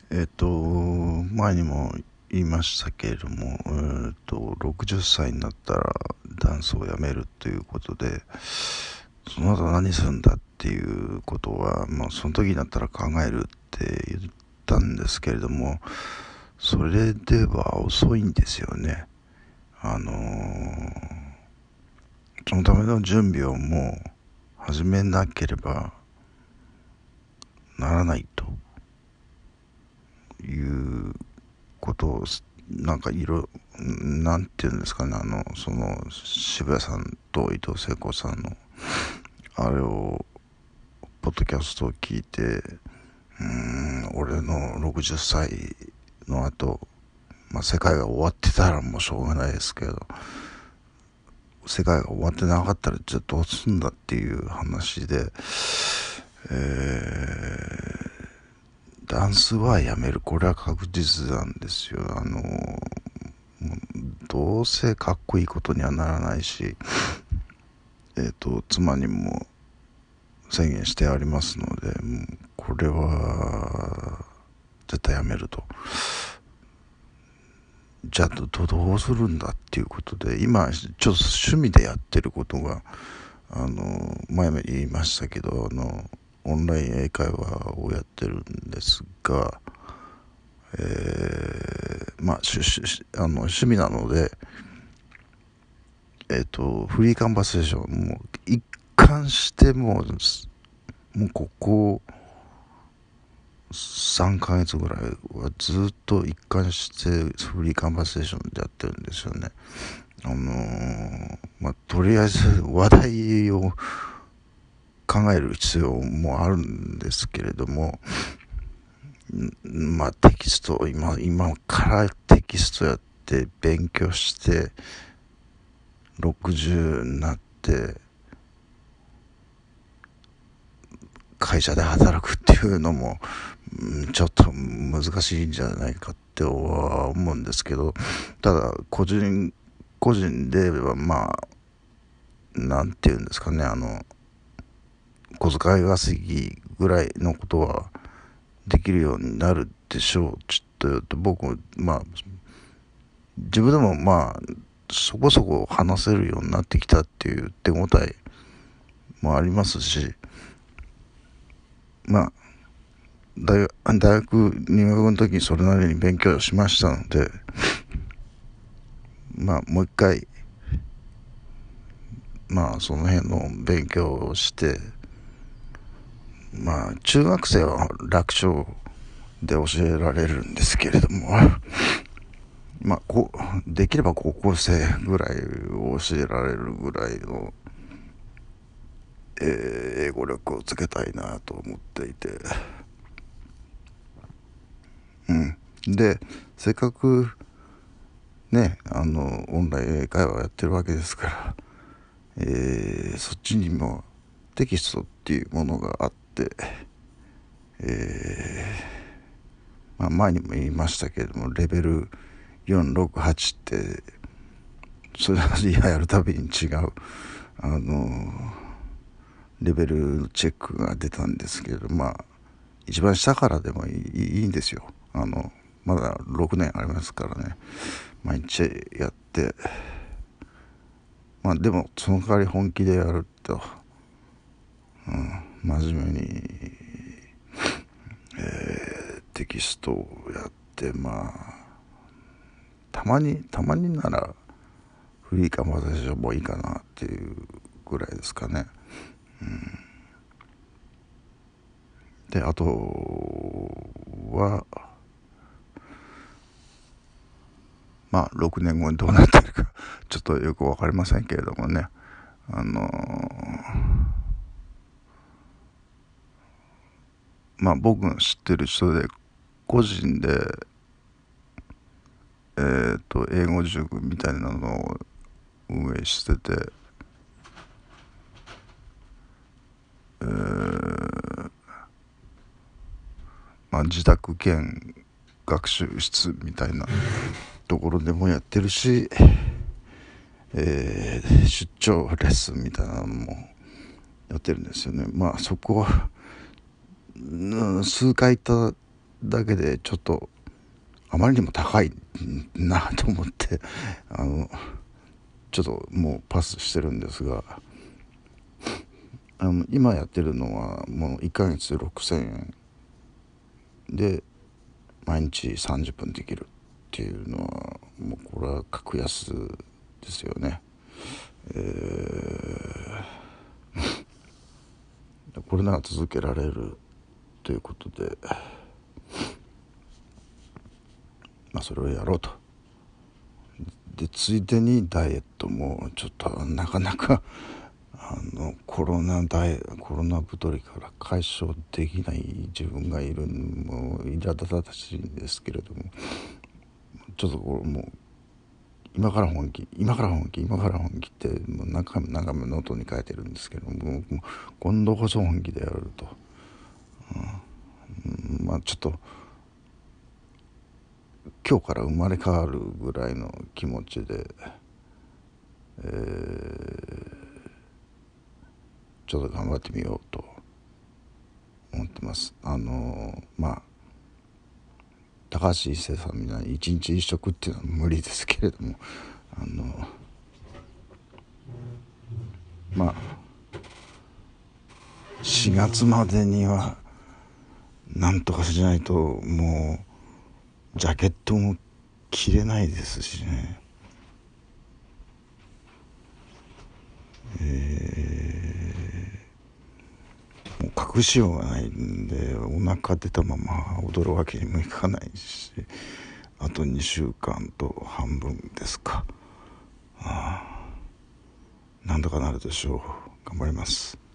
前にも言いましたけれども、60歳になったらダンスをやめるということで、その後何するんだっていうことは、その時になったら考えるって言ったんですけれども、それでは遅いんですよね。そのための準備をもう始めなければならないということをなんていうんですかね、その渋谷さんと伊藤聖子さんのあれをポッドキャストを聞いて、俺の60歳の後、世界が終わってたらもうしょうがないですけど、世界が終わってなかったらじゃあどうすんだっていう話で、ダンスはやめる、これは確実なんですよ。どうせかっこいいことにはならないし、妻にも宣言してありますので、もうこれは絶対やめると。じゃあどうするんだっていうことで、今ちょっと趣味でやってることが、前も言いましたけど、オンライン英会話をやってるんですが、趣味なので、フリーカンバセーションも一貫してもうここ3ヶ月ぐらいはずっと一貫してフリーカンバセーションでやってるんですよね。とりあえず話題を考える必要もあるんですけれども、テキスト今からテキストやって勉強して60になって会社で働くっていうのもちょっと難しいんじゃないかっては思うんですけど、ただ個人ではなんていうんですかね、小遣い稼ぎぐらいのことはできるようになるでしょう。ちょっと僕も自分でもそこそこ話せるようになってきたっていう手応えもありますし、大学入学の時にそれなりに勉強しましたので、もう一回その辺の勉強をして、中学生は楽勝で教えられるんですけれどもできれば高校生ぐらいを教えられるぐらいの、英語力をつけたいなと思っていて、でせっかくねオンライン英会話やってるわけですから、そっちにもテキストっていうものがあって、前にも言いましたけれども、レベル468ってそれやるたびに違うレベルチェックが出たんですけれど、一番下からでもいいんですよ。まだ6年ありますからね、毎日やって、でもその代わり本気でやると、真面目に、テキストをやって、たまにならフリーカンバセーションもいいかなっていうぐらいですかね。であとは6年後にどうなってるかちょっとよく分かりませんけれどもね、僕が知ってる人で個人で英語塾みたいなのを運営してて、自宅兼学習室みたいなところでもやってるし、出張レッスンみたいなのもやってるんですよね。そこは、数回行っただけでちょっとあまりにも高いなと思ってちょっともうパスしてるんですが、今やってるのはもう1ヶ月6000円で毎日30分できるっていうのはもうこれは格安ですよね。これなら続けられるということで、それをやろうと。でついでにダイエットもちょっとなかなかコロナ太りから解消できない自分がいるのも苛立たしいんですけれども、ちょっとこれもう今から本気ってもう何回もノートに書いてるんですけども、今度こそ本気でやると、ちょっと今日から生まれ変わるぐらいの気持ちで、ちょっと頑張ってみようと思ってます。高橋一生さんみたいに一日一食っていうのは無理ですけれども、4月までにはなんとかしないともうジャケットも着れないですしね。もう隠しようがないんで、お腹出たまま踊るわけにもいかないし、あと2週間と半分ですか。なんとかなるでしょう。頑張ります。